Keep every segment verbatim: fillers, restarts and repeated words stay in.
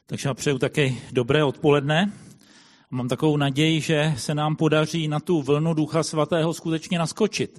Takže já přeju také dobré odpoledne. Mám takovou naději, že se nám podaří na tu vlnu Ducha Svatého skutečně naskočit.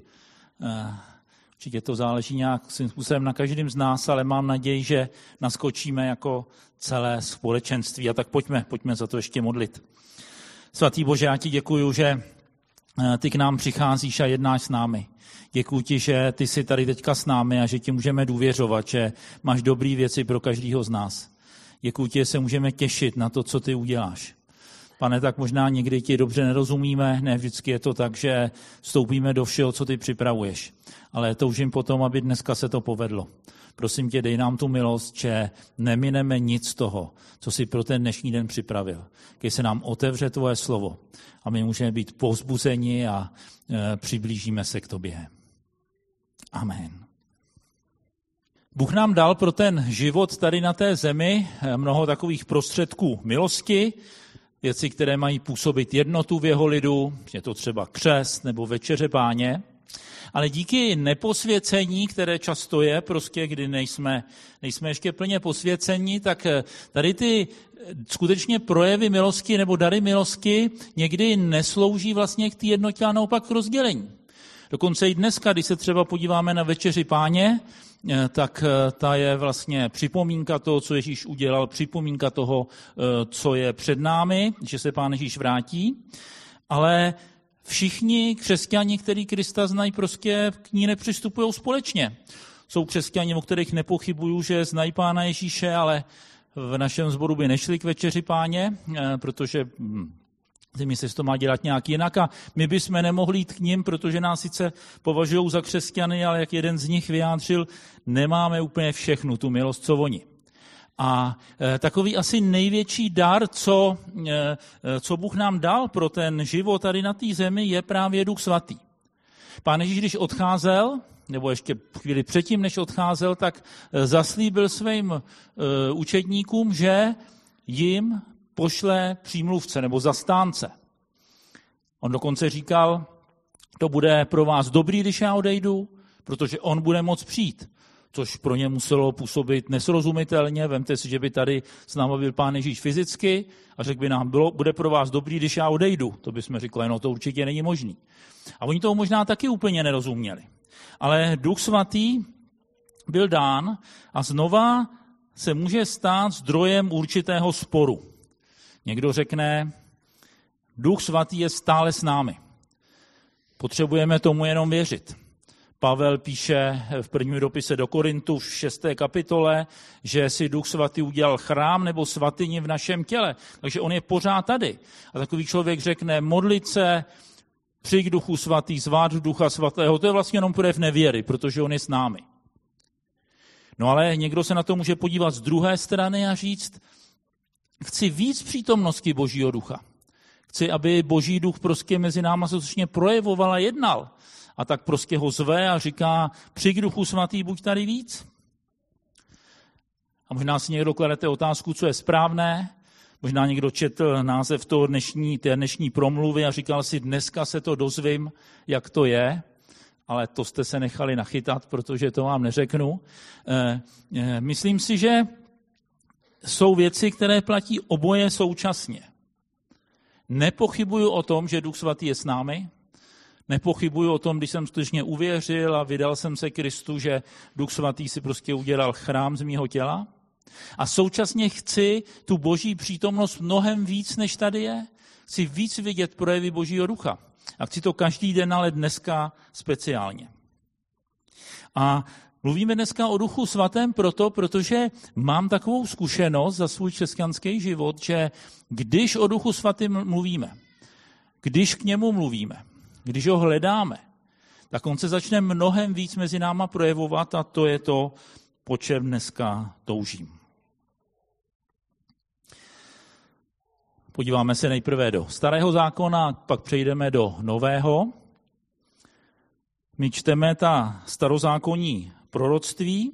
Určitě to záleží nějakým způsobem na každém z nás, ale mám naději, že naskočíme jako celé společenství. A tak pojďme, pojďme za to ještě modlit. Svatý Bože, já ti děkuju, že ty k nám přicházíš a jednáš s námi. Děkuji ti, že ty jsi tady teďka s námi a že ti můžeme důvěřovat, že máš dobré věci pro každého z nás. Děkuji ti, že se můžeme těšit na to, co ty uděláš. Pane, tak možná někdy ti dobře nerozumíme, ne vždycky je to tak, že vstoupíme do všeho, co ty připravuješ. Ale toužím potom, aby dneska se to povedlo. Prosím tě, dej nám tu milost, že nemineme nic z toho, co jsi pro ten dnešní den připravil. Když se nám otevře tvoje slovo a my můžeme být povzbuzeni a e, přiblížíme se k tobě. Amen. Bůh nám dal pro ten život tady na té zemi mnoho takových prostředků milosti, věci, které mají působit jednotu v jeho lidu, je to třeba křest nebo večeře Páně, ale díky neposvěcení, které často je, prostě kdy nejsme, nejsme ještě plně posvěceni, tak tady ty skutečně projevy milosti nebo dary milosti někdy neslouží vlastně k té jednotě, a naopak k rozdělení. Dokonce i dneska, když se třeba podíváme na večeři Páně, tak ta je vlastně připomínka toho, co Ježíš udělal, připomínka toho, co je před námi, že se Pán Ježíš vrátí, ale všichni křesťani, kteří Krista znají, prostě k ní nepřistupují společně. Jsou křesťani, o kterých nepochybuju, že znají Pána Ježíše, ale v našem sboru by nešli k večeři Páně, protože ty myslí, že to má dělat nějak jinak a my bychom nemohli jít k nim, protože nás sice považují za křesťany, ale jak jeden z nich vyjádřil, nemáme úplně všechnu tu milost, co oni. A e, takový asi největší dar, co, e, co Bůh nám dal pro ten život tady na té zemi, je právě Duch Svatý. Pán Ježíš, když odcházel, nebo ještě chvíli předtím, než odcházel, tak zaslíbil svým e, učedníkům, že jim pošle přímluvce nebo zastánce. On dokonce říkal, to bude pro vás dobrý, když já odejdu, protože on bude moct přijít. Což pro ně muselo působit nesrozumitelně. Vemte si, že by tady s námi byl Pán Ježíš fyzicky a řekl by nám, bylo, bude pro vás dobrý, když já odejdu. To bychom řekli, no to určitě není možný. A oni toho možná taky úplně nerozuměli. Ale Duch Svatý byl dán a znova se může stát zdrojem určitého sporu. Někdo řekne, Duch Svatý je stále s námi. Potřebujeme tomu jenom věřit. Pavel píše v prvním dopise do Korintu v šesté kapitole, že si Duch Svatý udělal chrám nebo svatyni v našem těle. Takže on je pořád tady. A takový člověk řekne, modlit se, přijď Duchu Svatý, zvát Ducha Svatého, to je vlastně jenom projev nevěry, protože on je s námi. No ale někdo se na to může podívat z druhé strany a říct, chci víc přítomnosti Božího ducha. Chci, aby Boží duch prostě mezi náma skutečně projevoval a jednal. A tak prostě ho zve a říká, přijď Duchu Svatý, buď tady víc. A možná si někdo kladete otázku, co je správné. Možná někdo četl název toho dnešní, té dnešní promluvy a říkal si, dneska se to dozvím, jak to je. Ale to jste se nechali nachytat, protože to vám neřeknu. E, e, myslím si, že jsou věci, které platí oboje současně. Nepochybuju o tom, že Duch Svatý je s námi. Nepochybuju o tom, když jsem skutečně uvěřil a vydal jsem se Kristu, že Duch Svatý si prostě udělal chrám z mýho těla. A současně chci tu Boží přítomnost mnohem víc, než tady je. Chci víc vidět projevy Božího ducha. A chci to každý den, ale dneska speciálně. A mluvíme dneska o Duchu Svatém proto, protože mám takovou zkušenost za svůj křesťanský život, že když o Duchu Svatém mluvíme, když k němu mluvíme, když ho hledáme, tak on se začne mnohem víc mezi náma projevovat a to je to, po čem dneska toužím. Podíváme se nejprve do Starého zákona, pak přejdeme do Nového. My čteme ta starozákonní proroctví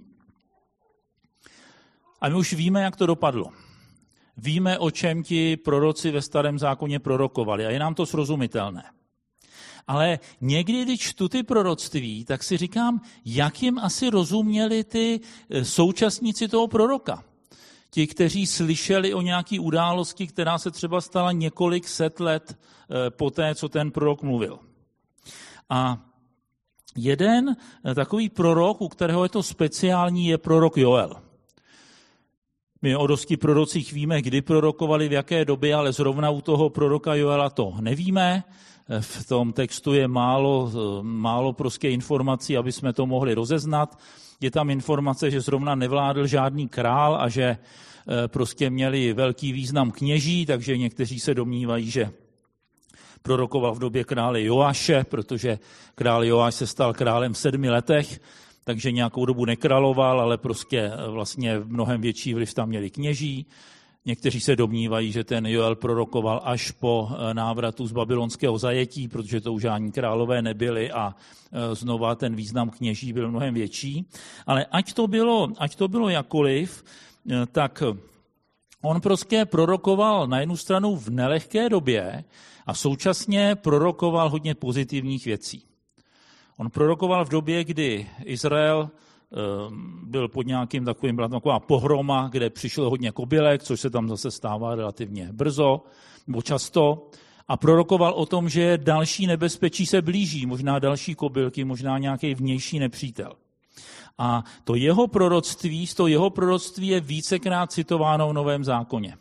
a my už víme, jak to dopadlo. Víme, o čem ti proroci ve Starém zákoně prorokovali a je nám to srozumitelné. Ale někdy, když čtu ty proroctví, tak si říkám, jak jim asi rozuměli ty současníci toho proroka. ti, kteří slyšeli o nějaké události, která se třeba stala několik set let po té, co ten prorok mluvil. A jeden takový prorok, u kterého je to speciální, je prorok Joel. My o dosti prorocích víme, kdy prorokovali, v jaké době, ale zrovna u toho proroka Joela to nevíme. V tom textu je málo, málo prostě informací, aby jsme to mohli rozeznat. Je tam informace, že zrovna nevládl žádný král a že prostě měli velký význam kněží, takže někteří se domnívají, že prorokoval v době krále Joáše, protože král Joáš se stal králem v sedmi letech, takže nějakou dobu nekráloval, ale prostě vlastně mnohem větší vliv tam měli kněží. Někteří se domnívají, že ten Joel prorokoval až po návratu z babylonského zajetí, protože to už žádní králové nebyli a znova ten význam kněží byl mnohem větší. Ale ať to bylo, ať to bylo jakoliv, tak on prostě prorokoval na jednu stranu v nelehké době a současně prorokoval hodně pozitivních věcí. On prorokoval v době, kdy Izrael byl pod nějakým takovým, byla taková pohroma, kde přišlo hodně kobylek, což se tam zase stává relativně brzo nebo často. A prorokoval o tom, že další nebezpečí se blíží, možná další kobylky, možná nějaký vnější nepřítel. A to jeho proroctví, to jeho proroctví je vícekrát citováno v Novém zákoně.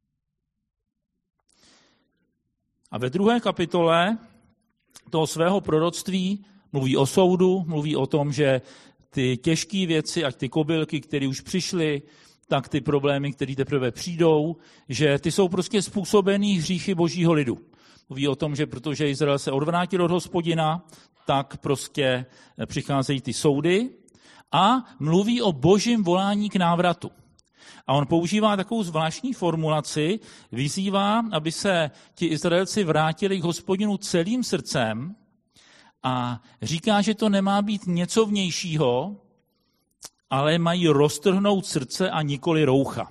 A ve druhé kapitole toho svého proroctví mluví o soudu, mluví o tom, že ty těžké věci, ať ty kobylky, které už přišly, tak ty problémy, které teprve přijdou, že ty jsou prostě způsobený hříchy božího lidu. Mluví o tom, že protože Izrael se odvrátil od Hospodina, tak prostě přicházejí ty soudy a mluví o božím volání k návratu. A on používá takovou zvláštní formulaci, vyzývá, aby se ti Izraelci vrátili k Hospodinu celým srdcem a říká, že to nemá být něco vnějšího, ale mají roztrhnout srdce a nikoli roucha.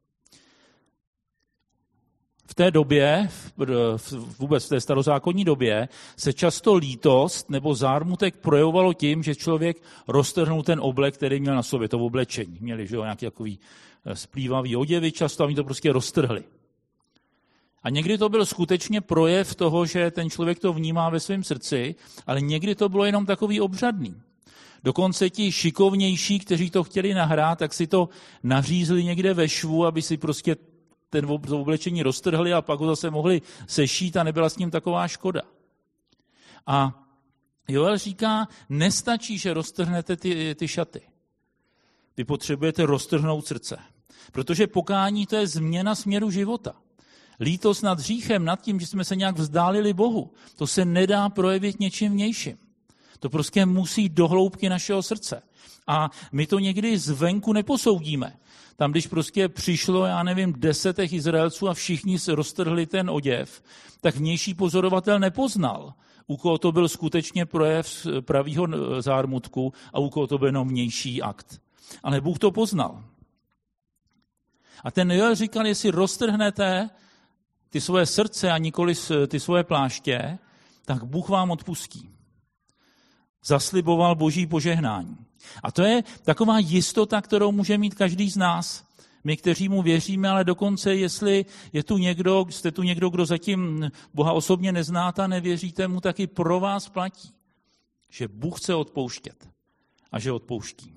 V té době, vůbec v té starozákonní době, se často lítost nebo zármutek projevovalo tím, že člověk roztrhnul ten oblek, který měl na sobě, to oblečení. Měli že jo, nějaký takový splývavý oděvy, často a oni to prostě roztrhli. A někdy to byl skutečně projev toho, že ten člověk to vnímá ve svém srdci, ale někdy to bylo jenom takový obřadný. Dokonce ti šikovnější, kteří to chtěli nahrát, tak si to nařízli někde ve švu, aby si prostě ten oblečení roztrhli a pak ho zase mohli sešít a nebyla s ním taková škoda. A Joel říká, nestačí, že roztrhnete ty, ty šaty. Vy potřebujete roztrhnout srdce. Protože pokání to je změna směru života. Lítost nad hříchem, nad tím, že jsme se nějak vzdálili Bohu, to se nedá projevit něčím vnějším. To prostě musí do hloubky našeho srdce. A my to někdy zvenku neposoudíme. Tam, když prostě přišlo, já nevím, desetech Izraelců a všichni se roztrhli ten oděv, tak vnější pozorovatel nepoznal, u koho to byl skutečně projev pravýho zármutku a u koho to byl jenom vnější akt. Ale Bůh to poznal. A ten Joel říkal, jestli roztrhnete ty svoje srdce a nikoli ty svoje pláště, tak Bůh vám odpustí. Zasliboval boží požehnání. A to je taková jistota, kterou může mít každý z nás. My, kteří mu věříme, ale dokonce, jestli je tu někdo, jste tu někdo, kdo zatím Boha osobně neznáte a nevěříte mu, tak i pro vás platí, že Bůh chce odpouštět a že odpouští.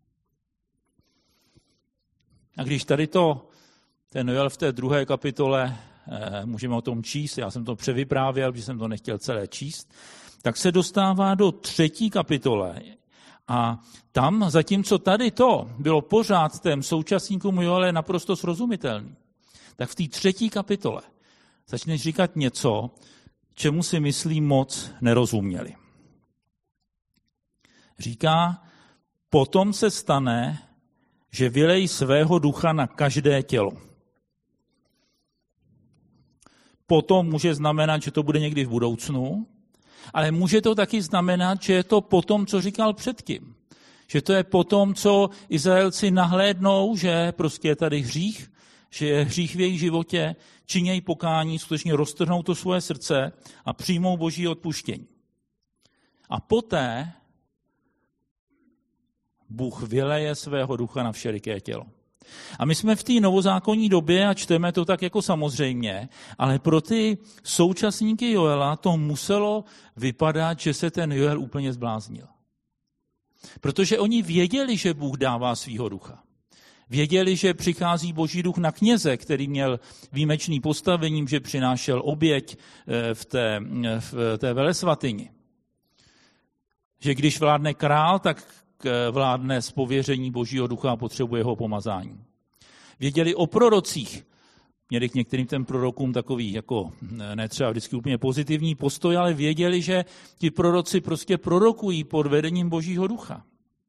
A když tady to, ten Joel v té druhé kapitole, můžeme o tom číst, já jsem to převyprávěl, protože jsem to nechtěl celé číst, tak se dostává do třetí kapitole. A tam, zatímco tady to bylo pořád těm současníkům Joele naprosto srozumitelný, tak v té třetí kapitole začneš říkat něco, čemu si myslí moc nerozuměli. Říká, potom se stane, že vylej svého ducha na každé tělo. Potom může znamenat, že to bude někdy v budoucnu, ale může to taky znamenat, že je to potom, co říkal předtím. Že to je potom, co Izraelci nahlédnou, že prostě je tady hřích, že je hřích v jejich životě, činějí pokání, skutečně roztrhnou to svoje srdce a přijmou boží odpuštění. A poté Bůh vyleje svého ducha na všeliké tělo. A my jsme v té novozákonní době a čteme to tak jako samozřejmě, ale pro ty současníky Joela to muselo vypadat, že se ten Joel úplně zbláznil. Protože oni věděli, že Bůh dává svýho ducha. Věděli, že přichází Boží duch na kněze, který měl výjimečný postavením, že přinášel oběť v té, v té velesvatyni. Že když vládne král, tak vládne z pověření Božího ducha a potřebuje jeho pomazání. Věděli o prorocích. Měli k některým těm prorokům takový, jako ne třeba vždycky úplně pozitivní postoj, ale věděli, že ti proroci prostě prorokují pod vedením Božího ducha.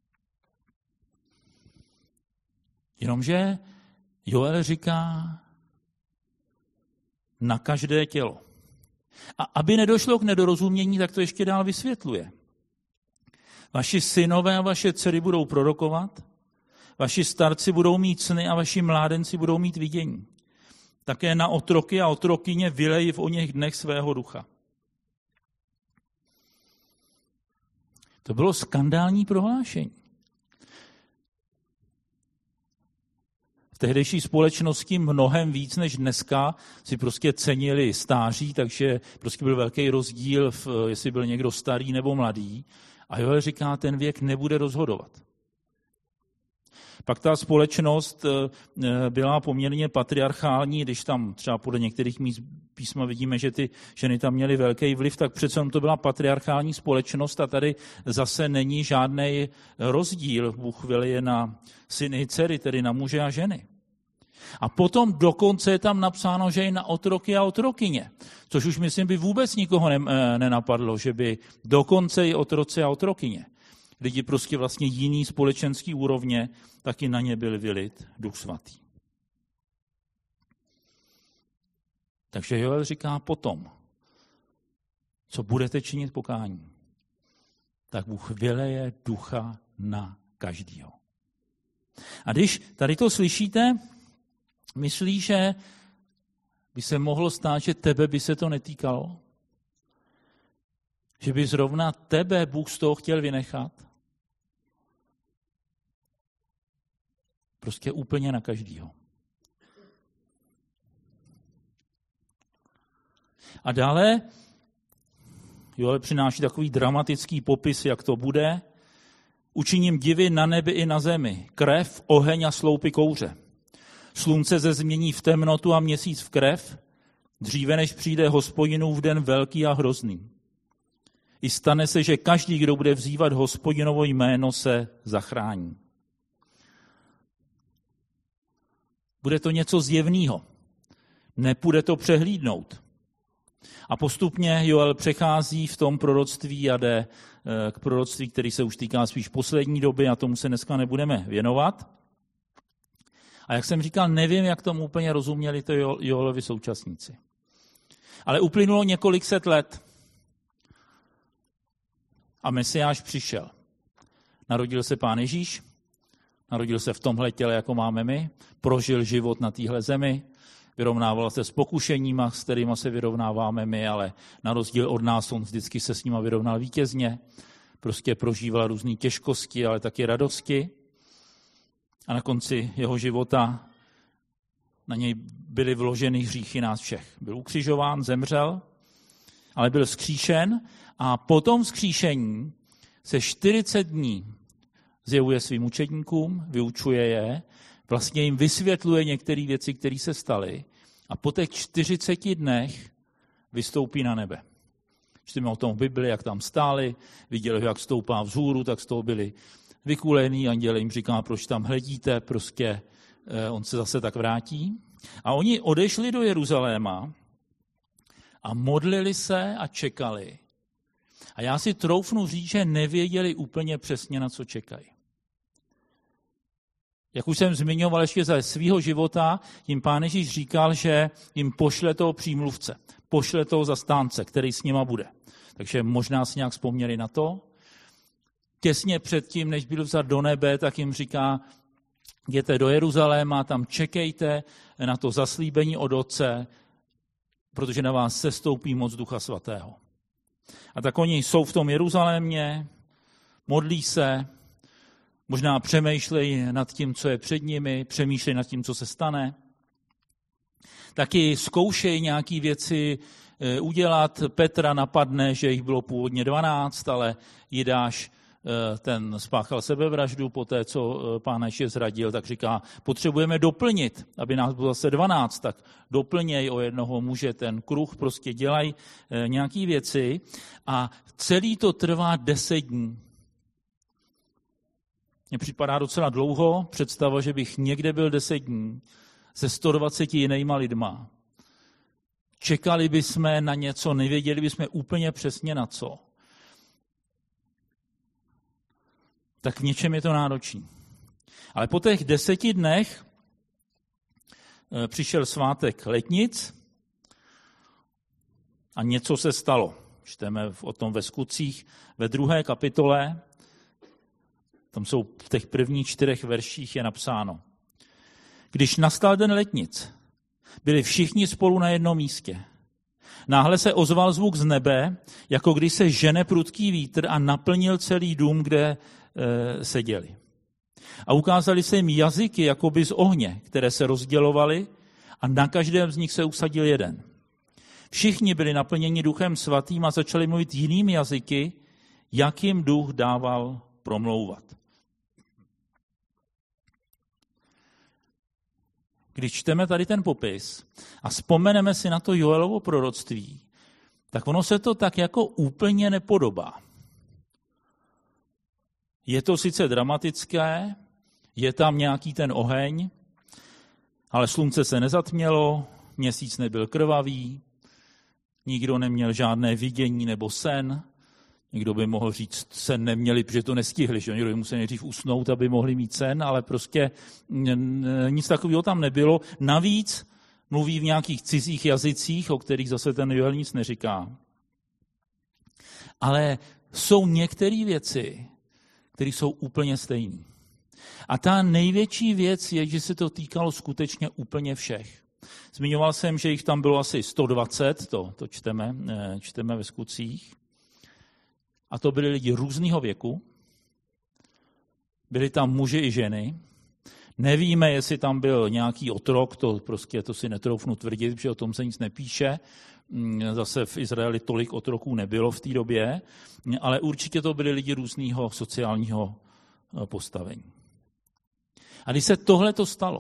Jenomže Joel říká na každé tělo. A aby nedošlo k nedorozumění, tak to ještě dál vysvětluje. Vaši synové a vaše dcery budou prorokovat, vaši starci budou mít sny a vaši mládenci budou mít vidění. Také na otroky a otrokyně vyleji v o něch dnech svého ducha. To bylo skandální prohlášení. V tehdejší společnosti mnohem víc než dneska si prostě cenili stáří, takže prostě byl velký rozdíl, v, jestli byl někdo starý nebo mladý. A Joel říká, ten věk nebude rozhodovat. Pak ta společnost byla poměrně patriarchální, když tam třeba podle některých míst písma vidíme, že ty ženy tam měly velký vliv, tak přece to byla patriarchální společnost a tady zase není žádný rozdíl. Bůh vyleje na syny i dcery, tedy na muže a ženy. A potom dokonce je tam napsáno, že i na otroky a otrokyně, což už myslím by vůbec nikoho nenapadlo, že by dokonce i otroci a otrokyně. Lidi prostě vlastně jiný společenský úrovně, taky na ně byl vylit Duch Svatý. Takže Joel říká potom, co budete činit pokání, tak Bůh vyleje ducha na každýho. A když tady to slyšíte, myslí, že by se mohlo stát, že tebe by se to netýkalo? Že by zrovna tebe Bůh z toho chtěl vynechat? Prostě úplně na každýho. A dále Joel přináší takový dramatický popis, jak to bude. Učiním divy na nebi i na zemi, krev, oheň a sloupy kouře. Slunce se změní v temnotu a měsíc v krev, dříve než přijde Hospodinův den velký a hrozný. I stane se, že každý, kdo bude vzývat Hospodinovo jméno, se zachrání. Bude to něco zjevného. Nepůjde to přehlídnout. A postupně Joel přechází v tom proroctví a jde k proroctví, který se už týká spíš poslední doby, a tomu se dneska nebudeme věnovat. A jak jsem říkal, nevím, jak tomu úplně rozuměli to Joelovi současníci. Ale uplynulo několik set let a Mesiáš přišel. Narodil se Pán Ježíš, narodil se v tomhle těle, jako máme my, prožil život na téhle zemi, vyrovnával se s pokušeníma, s kterýma se vyrovnáváme my, ale na rozdíl od nás on vždycky se s nima vyrovnal vítězně, prostě prožíval různé těžkosti, ale taky radosti. A na konci jeho života na něj byly vloženy hříchy nás všech. Byl ukřižován, zemřel, ale byl vzkříšen a po tom vzkříšení se čtyřicet dní zjevuje svým učedníkům, vyučuje je, vlastně jim vysvětluje některé věci, které se staly a po těch čtyřiceti dnech vystoupí na nebe. Čteme o tom v Bibli, jak tam stáli, viděli, jak stoupá vzhůru, tak z toho byli vykulený, anděl jim říká, proč tam hledíte, prostě on se zase tak vrátí. A oni odešli do Jeruzaléma a modlili se a čekali. A já si troufnu říct, že nevěděli úplně přesně, na co čekají. Jak už jsem zmiňoval ještě za svého života, jim Pán Ježíš říkal, že jim pošle toho přímluvce, pošle toho zastánce, který s nima bude. Takže možná si nějak vzpomněli na to. Těsně předtím, než byl vzat do nebe, tak jim říká, jděte do Jeruzaléma, tam čekejte na to zaslíbení od Otce, protože na vás sestoupí moc Ducha Svatého. A tak oni jsou v tom Jeruzalémě, modlí se Možná přemýšlej nad tím, co je před nimi, přemýšlej nad tím, co se stane. Taky zkoušej nějaké věci udělat. Petra napadne, že jich bylo původně dvanáct, ale Jidáš ten spáchal sebevraždu po té, co Pán Ježíš zradil, tak říká, potřebujeme doplnit, aby nás bylo zase dvanáct, tak doplněj o jednoho muže ten kruh, prostě dělaj nějaké věci a celý to trvá deset dní. Mně připadá docela dlouho představa, že bych někde byl deset dní se sto dvaceti jinýma lidma. Čekali bychom na něco, nevěděli bychom úplně přesně na co. Tak v něčem je to náročný. Ale po těch deseti dnech přišel svátek Letnic a něco se stalo. Čteme o tom ve Skutcích ve druhé kapitole. Tam jsou v těch prvních čtyřech verších je napsáno. Když nastal den Letnic, byli všichni spolu na jednom místě. Náhle se ozval zvuk z nebe, jako když se žene prudký vítr a naplnil celý dům, kde e, seděli. A ukázali se jim jazyky jakoby z ohně, které se rozdělovaly a na každém z nich se usadil jeden. Všichni byli naplněni Duchem Svatým a začali mluvit jinými jazyky, jak jim Duch dával promlouvat. Když čteme tady ten popis a vzpomeneme si na to Joelovo proroctví, tak ono se to tak jako úplně nepodobá. Je to sice dramatické, je tam nějaký ten oheň, ale slunce se nezatmělo, měsíc nebyl krvavý, nikdo neměl žádné vidění nebo sen. Někdo by mohl říct, sen neměli, protože to nestihli, že někdo by musel nejdřív usnout, aby mohli mít sen, ale prostě nic takového tam nebylo. Navíc mluví v nějakých cizích jazycích, o kterých zase ten Joel nic neříká. Ale jsou některé věci, které jsou úplně stejné. A ta největší věc je, že se to týkalo skutečně úplně všech. Zmiňoval jsem, že jich tam bylo asi sto dvacet, to, to čteme, čteme ve Skutcích. A to byli lidi různého věku. Byli tam muži i ženy. Nevíme, jestli tam byl nějaký otrok, to prostě to si netroufnu tvrdit, protože o tom se nic nepíše. Zase v Izraeli tolik otroků nebylo v té době, ale určitě to byli lidi různého sociálního postavení. A když se tohle to stalo,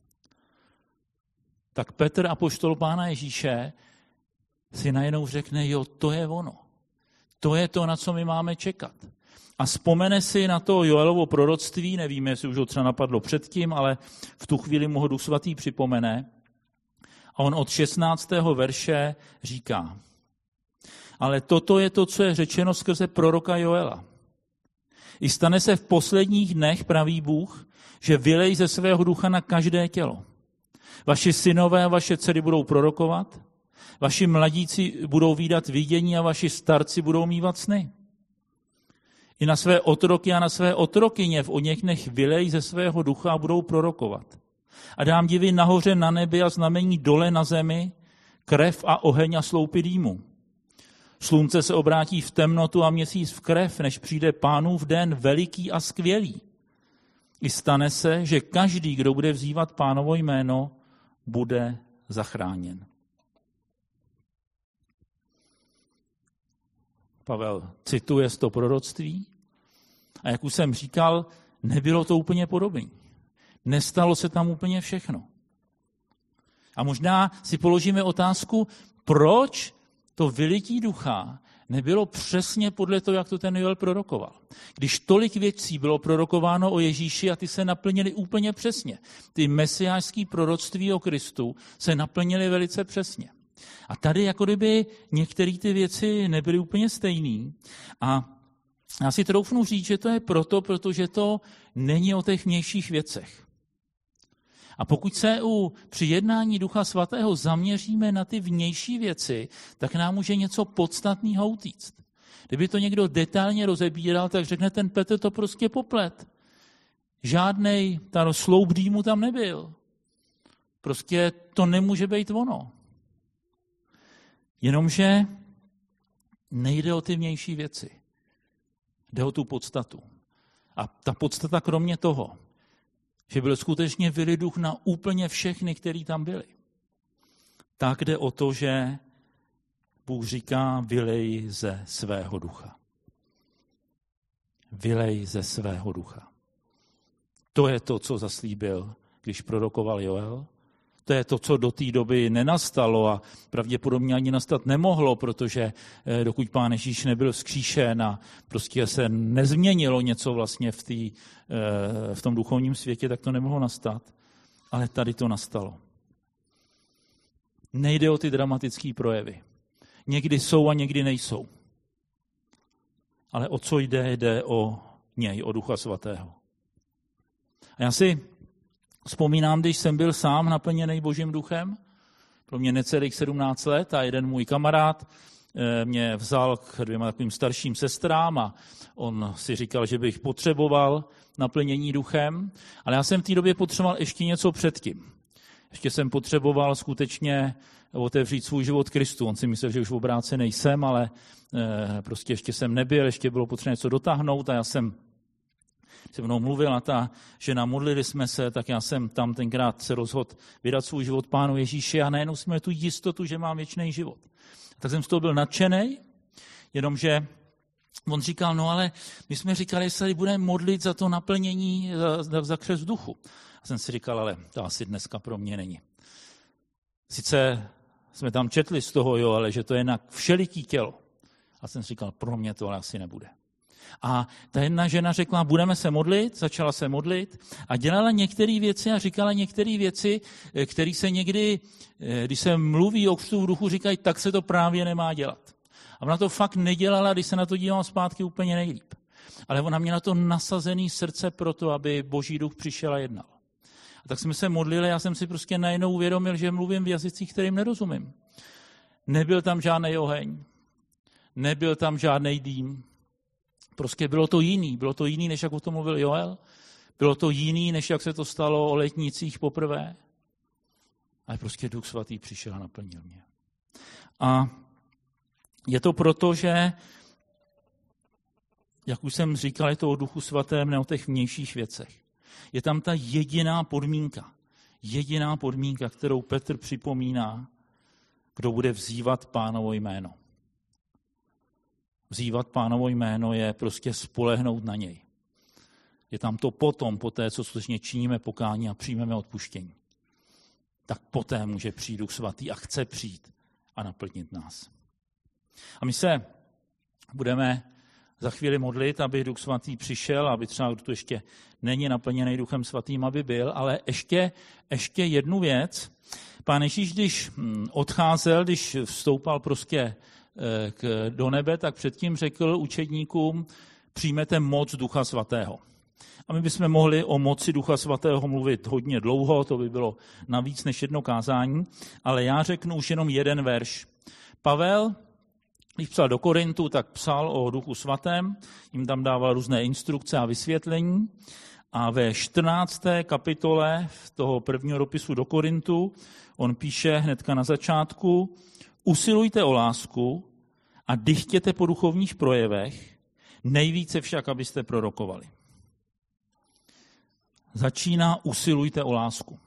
tak Petr, apoštol Pána Ježíše, si najednou řekne, jo, to je ono. To je to, na co my máme čekat. A vzpomene si na to Joelovo proroctví, nevíme, jestli už ho třeba napadlo předtím, ale v tu chvíli mu ho Duch Svatý připomene. A on od šestnáctého verše říká, ale toto je to, co je řečeno skrze proroka Joela. I stane se v posledních dnech, praví Bůh, že vylej ze svého ducha na každé tělo. Vaši synové a vaše dcery budou prorokovat, vaši mladíci budou vídat vidění a vaši starci budou mívat sny. I na své otroky a na své otrokyně v oněch dnech vylej ze svého ducha a budou prorokovat. A dám divy nahoře na nebi a znamení dole na zemi, krev a oheň a sloupy dýmu. Slunce se obrátí v temnotu a měsíc v krev, než přijde Pánův den veliký a skvělý. I stane se, že každý, kdo bude vzývat Pánovo jméno, bude zachráněn. Pavel cituje z toho proroctví a jak už jsem říkal, nebylo to úplně podobné. Nestalo se tam úplně všechno. A možná si položíme otázku, proč to vylití ducha nebylo přesně podle toho, jak to ten Joel prorokoval. Když tolik věcí bylo prorokováno o Ježíši a ty se naplnily úplně přesně. Ty mesiášské proroctví o Kristu se naplnily velice přesně. A tady jako kdyby některé ty věci nebyly úplně stejné. A já si troufnu říct, že to je proto, protože to není o těch vnějších věcech. A pokud se u při jednání Ducha Svatého zaměříme na ty vnější věci, tak nám může něco podstatného utíct. Kdyby to někdo detailně rozebíral, tak řekne, ten Petr to prostě poplet. Žádnej ta sloup dýmu tam nebyl. Prostě to nemůže být ono. Jenomže nejde o ty vnější věci. Jde o tu podstatu. A ta podstata kromě toho, že byl skutečně vylej duch na úplně všechny, kteří tam byli, tak jde o to, že Bůh říká, vylej ze svého ducha. Vylej ze svého ducha. To je to, co zaslíbil, když prorokoval Joel. To je to, co do té doby nenastalo a pravděpodobně ani nastat nemohlo, protože dokud Pán Ježíš nebyl vzkříšen a prostě se nezměnilo něco vlastně v, tý, v tom duchovním světě, tak to nemohlo nastat. Ale tady to nastalo. Nejde o ty dramatické projevy. Někdy jsou a někdy nejsou. Ale o co jde, jde o něj, o Ducha Svatého. A já si vzpomínám, když jsem byl sám naplněný Božím duchem, pro mě necelých sedmnáct let a jeden můj kamarád mě vzal k dvěma takovým starším sestrám a on si říkal, že bych potřeboval naplnění duchem, ale já jsem v té době potřeboval ještě něco předtím. Ještě jsem potřeboval skutečně otevřít svůj život Kristu. On si myslel, že už v obrácený nejsem, ale prostě ještě jsem nebyl, ještě bylo potřeba něco dotáhnout a já jsem se mnou mluvila ta žena, modlili jsme se, tak já jsem tam tenkrát se rozhodl vydat svůj život Pánu Ježíši a najednou jsme tu jistotu, že mám věčný život. Tak jsem z toho byl nadšenej, jenomže on říkal, no ale my jsme říkali, jestli budeme modlit za to naplnění, za, za křest v duchu. A jsem si říkal, ale to asi dneska pro mě není. Sice jsme tam četli z toho, jo, ale že to je na všeliký tělo. A jsem si říkal, pro mě to ale asi nebude. A ta jedna žena řekla, budeme se modlit, začala se modlit a dělala některé věci a říkala některé věci, které se někdy, když se mluví o křtu v duchu, říkají, tak se to právě nemá dělat. A ona to fakt nedělala, když se na to dívám zpátky úplně nejlíp. Ale ona měla to nasazené srdce pro to, aby Boží duch přišel a jednal. A tak jsme se modlili, já jsem si prostě najednou uvědomil, že mluvím v jazycích, kterým nerozumím. Nebyl tam žádný oheň, nebyl tam žádný dým. Prostě bylo to jiný. Bylo to jiný, než jak o tom mluvil Joel. Bylo to jiný, než jak se to stalo o letnicích poprvé. Ale prostě Duch Svatý přišel a naplnil mě. A je to proto, že, jak už jsem říkal, je to o Duchu Svatém, ne o těch vnějších věcech. Je tam ta jediná podmínka. Jediná podmínka, kterou Petr připomíná, kdo bude vzývat Pánovo jméno. Vzývat Pánovo jméno je prostě spolehnout na něj. Je tam to potom, po té, co skutečně činíme pokání a přijmeme odpuštění. Tak poté může přijít Duch Svatý a chce přijít a naplnit nás. A my se budeme za chvíli modlit, aby Duch Svatý přišel, aby třeba, kdo tu ještě není naplněný Duchem Svatým, aby byl, ale ještě, ještě jednu věc. Pán Ježíš, když odcházel, když vstoupal prostě k, do nebe, tak předtím řekl učedníkům, přijmete moc Ducha Svatého. A my bychom mohli o moci Ducha Svatého mluvit hodně dlouho, to by bylo navíc než jedno kázání, ale já řeknu už jenom jeden verš. Pavel, když psal do Korintu, tak psal o Duchu Svatém, jim tam dával různé instrukce a vysvětlení a ve čtrnácté kapitole toho prvního dopisu do Korintu on píše hnedka na začátku, usilujte o lásku a dychtěte po duchovních projevech, nejvíce však, abyste prorokovali. Začíná usilujte o lásku.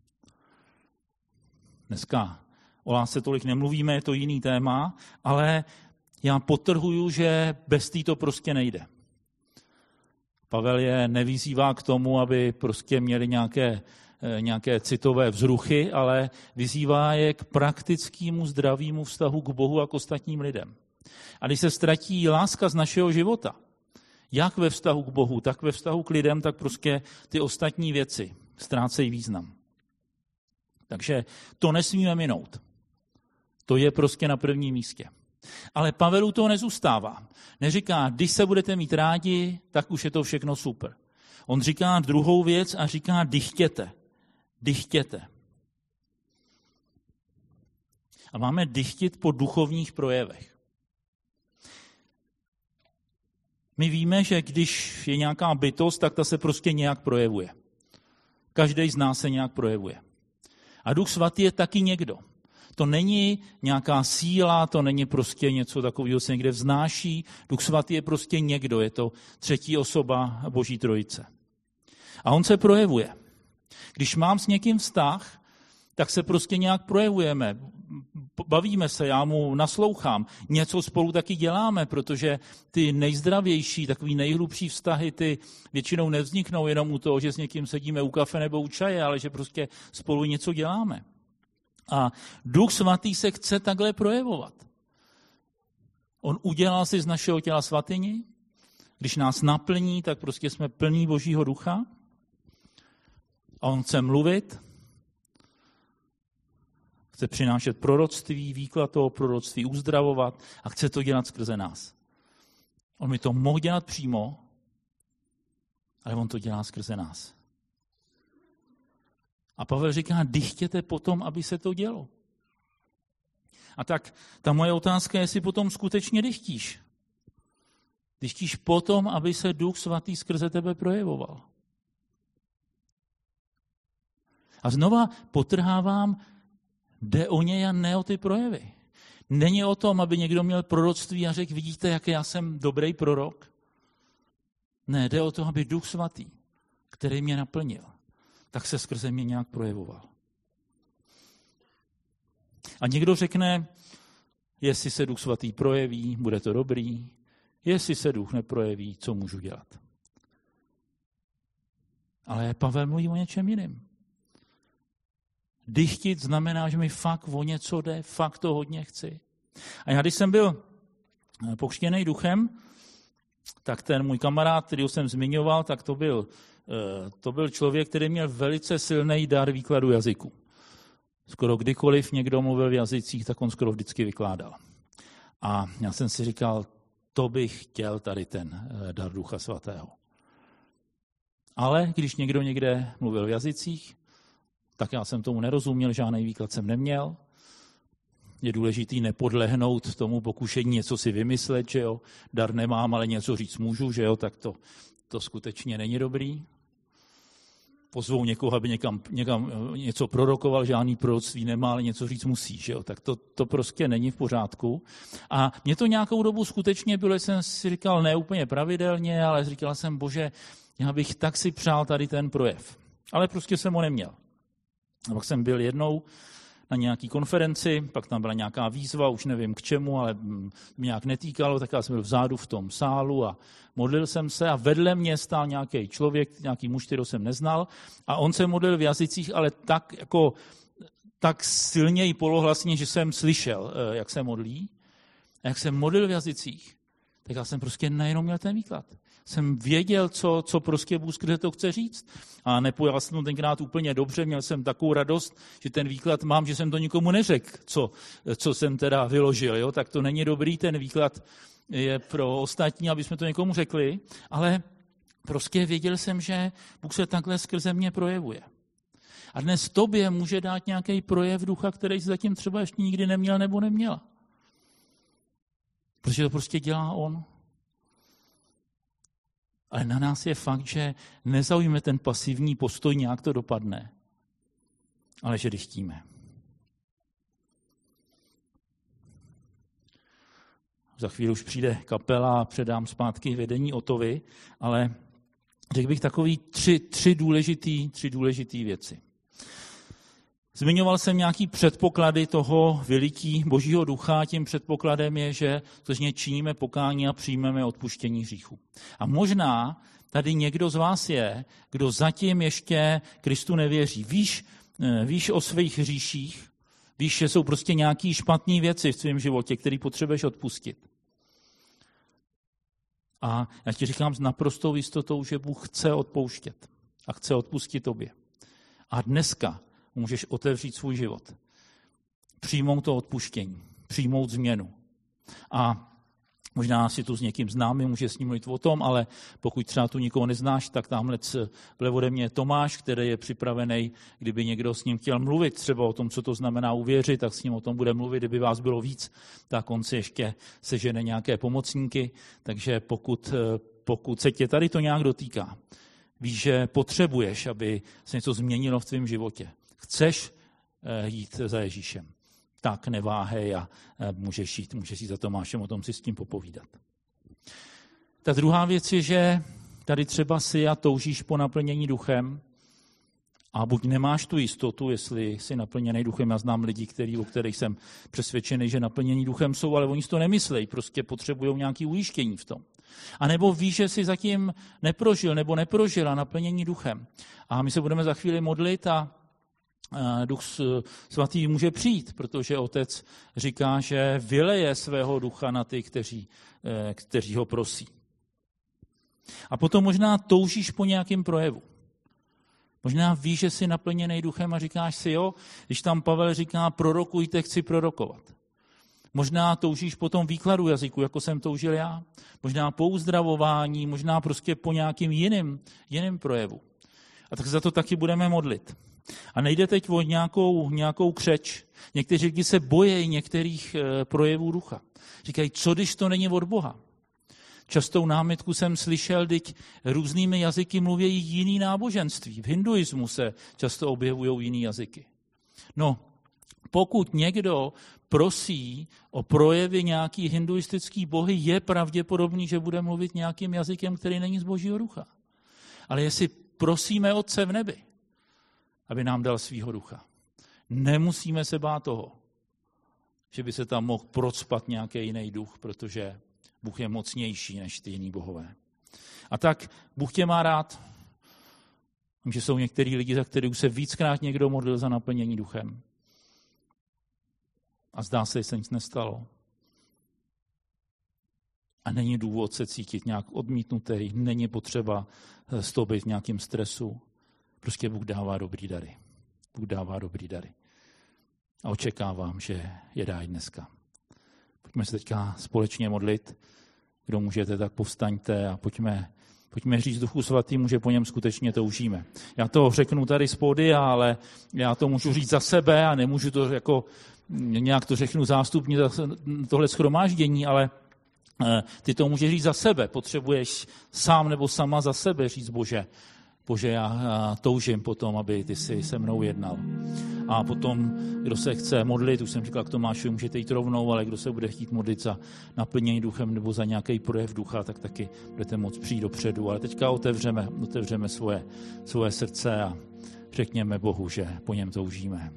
Dneska o lásce tolik nemluvíme, je to jiný téma, ale já podtrhuju, že bez té to prostě nejde. Pavel je nevyzývá k tomu, aby prostě měli nějaké, nějaké citové vzruchy, ale vyzývá je k praktickému zdravému vztahu k Bohu a k ostatním lidem. A když se ztratí láska z našeho života, jak ve vztahu k Bohu, tak ve vztahu k lidem, tak prostě ty ostatní věci ztrácejí význam. Takže to nesmíme minout. To je prostě na prvním místě. Ale Pavelu to nezůstává. Neříká, když se budete mít rádi, tak už je to všechno super. On říká druhou věc a říká, dychtěte. Dychtěte. A máme dychtit po duchovních projevech. My víme, že když je nějaká bytost, tak ta se prostě nějak projevuje. Každý z nás se nějak projevuje. A Duch Svatý je taky někdo. To není nějaká síla, to není prostě něco takového, se někde vznáší. Duch svatý je prostě někdo, je to třetí osoba Boží trojice. A on se projevuje. Když mám s někým vztah, tak se prostě nějak projevujeme. Bavíme se, já mu naslouchám. Něco spolu taky děláme, protože ty nejzdravější, takový nejhlubší vztahy, ty většinou nevzniknou jenom u toho, že s někým sedíme u kafe nebo u čaje, ale že prostě spolu něco děláme. A Duch svatý se chce takhle projevovat. On udělal si z našeho těla svatyni, když nás naplní, tak prostě jsme plní Božího ducha. A on chce mluvit, chce přinášet proroctví, výklad toho proroctví, uzdravovat a chce to dělat skrze nás. On mi to mohl dělat přímo, ale on to dělá skrze nás. A Pavel říká, dychtěte potom, aby se to dělo. A tak ta moje otázka je, jestli potom skutečně dychtíš. Dychtíš potom, aby se Duch svatý skrze tebe projevoval. A znova potrhávám, jde o něj a ne o ty projevy. Není o tom, aby někdo měl proroctví a řekl, vidíte, jak já jsem dobrý prorok. Ne, jde o to, aby Duch svatý, který mě naplnil, tak se skrze mě nějak projevoval. A někdo řekne, jestli se Duch svatý projeví, bude to dobrý, jestli se Duch neprojeví, co můžu dělat. Ale Pavel mluví o něčem jiném. Dychtit znamená, že mi fakt o něco jde, fakt to hodně chci. A já, když jsem byl pokřtěný duchem, tak ten můj kamarád, který jsem zmiňoval, tak to byl, to byl člověk, který měl velice silný dar výkladu jazyku. Skoro kdykoliv někdo mluvil v jazycích, tak on skoro vždycky vykládal. A já jsem si říkal, to bych chtěl tady ten dar Ducha svatého. Ale když někdo někde mluvil v jazycích, tak já jsem tomu nerozuměl, žádný výklad jsem neměl. Je důležitý nepodlehnout tomu pokušení něco si vymyslet, že jo, dar nemám, ale něco říct můžu, že jo, tak to, to skutečně není dobrý. Pozvou někoho, aby někam, někam něco prorokoval, žádný proroctví nemá, ale něco říct musí, že jo, tak to, to prostě není v pořádku. A mě to nějakou dobu skutečně bylo, jsem si říkal, ne úplně pravidelně, ale říkal jsem, bože, já bych tak si přál tady ten projev. Ale prostě jsem ho neměl. A pak jsem byl jednou na nějaký konferenci, pak tam byla nějaká výzva, už nevím k čemu, ale mě nějak netýkalo, tak já jsem byl vzadu v tom sálu a modlil jsem se a vedle mě stál nějaký člověk, nějaký muž, kterého jsem neznal a on se modlil v jazycích, ale tak, jako, tak silněji polohlasně, že jsem slyšel, jak se modlí. A jak jsem modlil v jazycích, tak já jsem prostě najednou měl ten výklad. Jsem věděl, co, co prostě Bůh skrze to chce říct. A nepojal jsem to tenkrát úplně dobře, měl jsem takovou radost, že ten výklad mám, že jsem to nikomu neřekl, co, co jsem teda vyložil. Jo? Tak to není dobrý, ten výklad je pro ostatní, aby jsme to někomu řekli, ale prostě věděl jsem, že Bůh se takhle skrze mě projevuje. A dnes tobě může dát nějaký projev ducha, který jsi zatím třeba ještě nikdy neměl nebo neměla. Protože to prostě dělá on. Ale na nás je fakt, že nezaujíme ten pasivní postoj, nějak to dopadne, ale že dychtíme. Za chvíli už přijde kapela a předám zpátky vedení Otovi, ale řekl bych takový tři, tři, důležitý, tři důležitý věci. Zmiňoval jsem nějaký předpoklady toho vylití Božího ducha. Tím předpokladem je, že skutečně činíme pokání a přijmeme odpuštění hříchu. A možná tady někdo z vás je, kdo zatím ještě Kristu nevěří. Víš, víš o svých hříších, víš, že jsou prostě nějaké špatné věci v tvém životě, které potřebuješ odpustit. A já ti říkám s naprostou jistotou, že Bůh chce odpouštět a chce odpustit tobě. A dneska můžeš otevřít svůj život. Přijmout to odpuštění. Přijmout změnu. A možná si tu s někým známý, může s ním mluvit o tom, ale pokud třeba tu nikoho neznáš, tak tamhle vlevo ode mě je Tomáš, který je připravený, kdyby někdo s ním chtěl mluvit třeba o tom, co to znamená uvěřit, tak s ním o tom bude mluvit. Kdyby vás bylo víc, tak on si ještě sežene nějaké pomocníky. Takže pokud, pokud se tě tady to nějak dotýká, víš, že potřebuješ, aby se něco změnilo v tvém životě. Chceš jít za Ježíšem, tak neváhej a můžeš jít, můžeš jít za Tomášem, o tom si s tím popovídat. Ta druhá věc je, že tady třeba si a toužíš po naplnění duchem a buď nemáš tu jistotu, jestli jsi naplněný duchem. Já znám lidi, který, o kterých jsem přesvědčený, že naplnění duchem jsou, ale oni si to nemyslejí, prostě potřebují nějaké ujištění v tom. A nebo víš, že jsi zatím neprožil nebo neprožila naplnění duchem. A my se budeme za chvíli modlit a Duch svatý může přijít, protože Otec říká, že vyleje svého ducha na ty, kteří, kteří ho prosí. A potom možná toužíš po nějakém projevu. Možná víš, že jsi naplněný duchem a říkáš si, jo, když tam Pavel říká, prorokujte, chci prorokovat. Možná toužíš po tom výkladu jazyku, jako jsem toužil já. Možná po uzdravování, možná prostě po nějakým jiným, jiným projevu. A tak za to taky budeme modlit. A nejde teď o nějakou, nějakou křeč. Někteří lidi se bojí některých e, projevů ducha. Říkají, co když to není od Boha? Častou námitku jsem slyšel, teď různými jazyky mluví jiný náboženství. V hinduismu se často objevují jiný jazyky. No, pokud někdo prosí o projevy nějaký hinduistický bohy, je pravděpodobný, že bude mluvit nějakým jazykem, který není z Božího ducha. Ale jestli prosíme Otce v nebi, aby nám dal svýho ducha, nemusíme se bát toho, že by se tam mohl procpat nějaký jiný duch, protože Bůh je mocnější než ty jiný bohové. A tak Bůh tě má rád. Vím, že jsou některý lidi, za který už se víckrát někdo modlil za naplnění duchem. A zdá se, že se nic nestalo. A není důvod se cítit nějak odmítnutý, není potřeba z toho být v nějakém stresu. Prostě Bůh dává dobrý dary. Bůh dává dobrý dary. A očekávám, že je dá i dneska. Pojďme se teďka společně modlit. Kdo můžete, tak povstaňte a pojďme, pojďme říct Duchu Svatýmu, že po něm skutečně toužíme. Já to řeknu tady z pódia, ale já to můžu říct za sebe a nemůžu to jako nějak to řeknu zástupně tohle shromáždění, ale ty to můžeš říct za sebe. Potřebuješ sám nebo sama za sebe říct, Bože, Bože, já toužím potom, aby ty si se mnou jednal. A potom, kdo se chce modlit, už jsem říkal k Tomáši, můžete jít rovnou, ale kdo se bude chtít modlit za naplnění duchem nebo za nějaký projev ducha, tak taky budete moct přijít dopředu. Ale teďka otevřeme, otevřeme svoje, svoje srdce a řekněme Bohu, že po něm toužíme.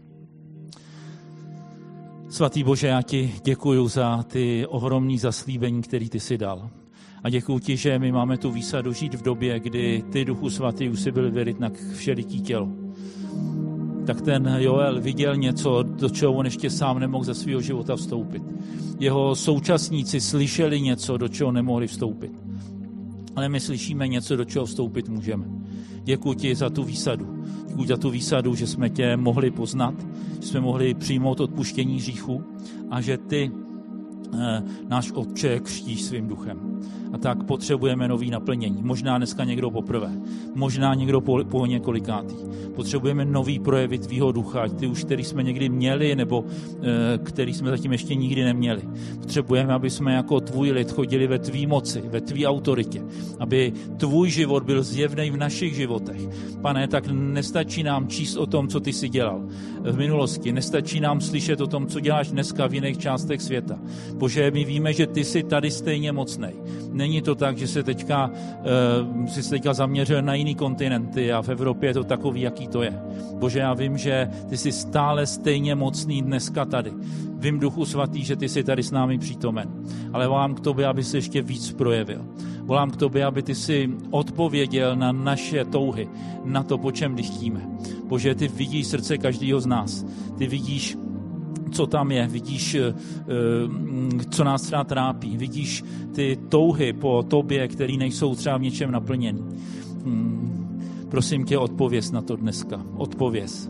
Svatý Bože, já ti děkuju za ty ohromný zaslíbení, který ty jsi dal. A děkuju ti, že my máme tu výsadu žít v době, kdy ty, Duchu Svatý, už si byl věřit na všeliký tělo. Tak ten Joel viděl něco, do čeho on ještě sám nemohl ze svého života vstoupit. Jeho současníci slyšeli něco, do čeho nemohli vstoupit. Ale my slyšíme něco, do čeho vstoupit můžeme. Děkuji ti za tu výsadu. Děkuji za tu výsadu, že jsme tě mohli poznat, že jsme mohli přijmout odpuštění hříchu a že ty eh, náš Otče křtíš svým duchem. A tak potřebujeme nový naplnění. Možná dneska někdo poprvé, možná někdo po, po několikátý. Potřebujeme nový projevy tvýho ducha, ať ty už, který jsme někdy měli, nebo e, který jsme zatím ještě nikdy neměli. Potřebujeme, aby jsme jako tvůj lid chodili ve tvý moci, ve tvý autoritě. Aby tvůj život byl zjevný v našich životech. Pane, tak nestačí nám číst o tom, co ty jsi dělal v minulosti. Nestačí nám slyšet o tom, co děláš dneska v jiných částech světa. Bože, my víme, že ty jsi tady stejně mocnej. Není to tak, že se teďka, uh, jsi se teďka zaměřil na jiný kontinenty a v Evropě je to takový, jaký to je. Bože, já vím, že ty jsi stále stejně mocný dneska tady. Vím, Duchu Svatý, že ty jsi tady s námi přítomen. Ale volám k tobě, aby se ještě víc projevil. Volám k tobě, aby ty si odpověděl na naše touhy, na to, po čem dychtíme. Bože, ty vidíš srdce každého z nás. Ty vidíš, co tam je, vidíš, co nás třeba trápí, vidíš ty touhy po tobě, které nejsou třeba v něčem naplněný. Prosím tě, odpověz na to dneska. Odpověz.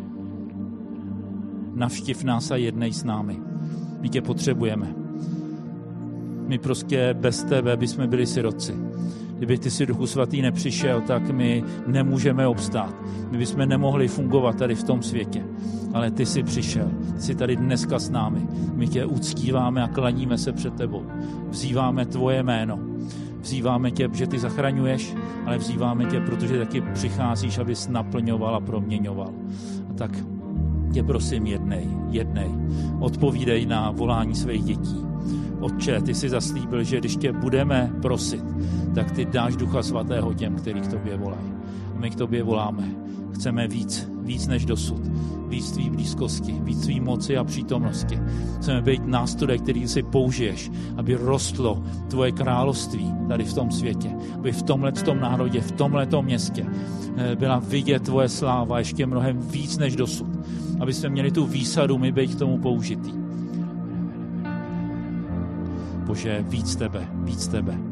Navštiv nás a jednej s námi. My tě potřebujeme. My prostě bez tebe bychom byli sirotci. Kdyby ty si, Duchu Svatý, nepřišel, tak my nemůžeme obstát. My bychom nemohli fungovat tady v tom světě. Ale ty jsi přišel, ty jsi tady dneska s námi. My tě uctíváme a klaníme se před tebou. Vzýváme tvoje jméno. Vzýváme tě, že ty zachraňuješ, ale vzýváme tě, protože taky přicházíš, abys naplňoval a proměňoval. A tak tě prosím, jednej, jednej. Odpovídej na volání svých dětí. Otče, ty jsi zaslíbil, že když tě budeme prosit, tak ty dáš Ducha Svatého těm, kteří k tobě volají. A my k tobě voláme. Chceme víc, víc než dosud. Víc tvý blízkosti, víc tvý moci a přítomnosti. Chceme být nástroj, který si použiješ, aby rostlo tvoje království tady v tom světě. Aby v tomhletom národě, v tomhletom městě byla vidět tvoje sláva ještě mnohem víc než dosud. Aby jsme měli tu výsadu, my být k tomu použitý. Bože, víc tebe, víc tebe.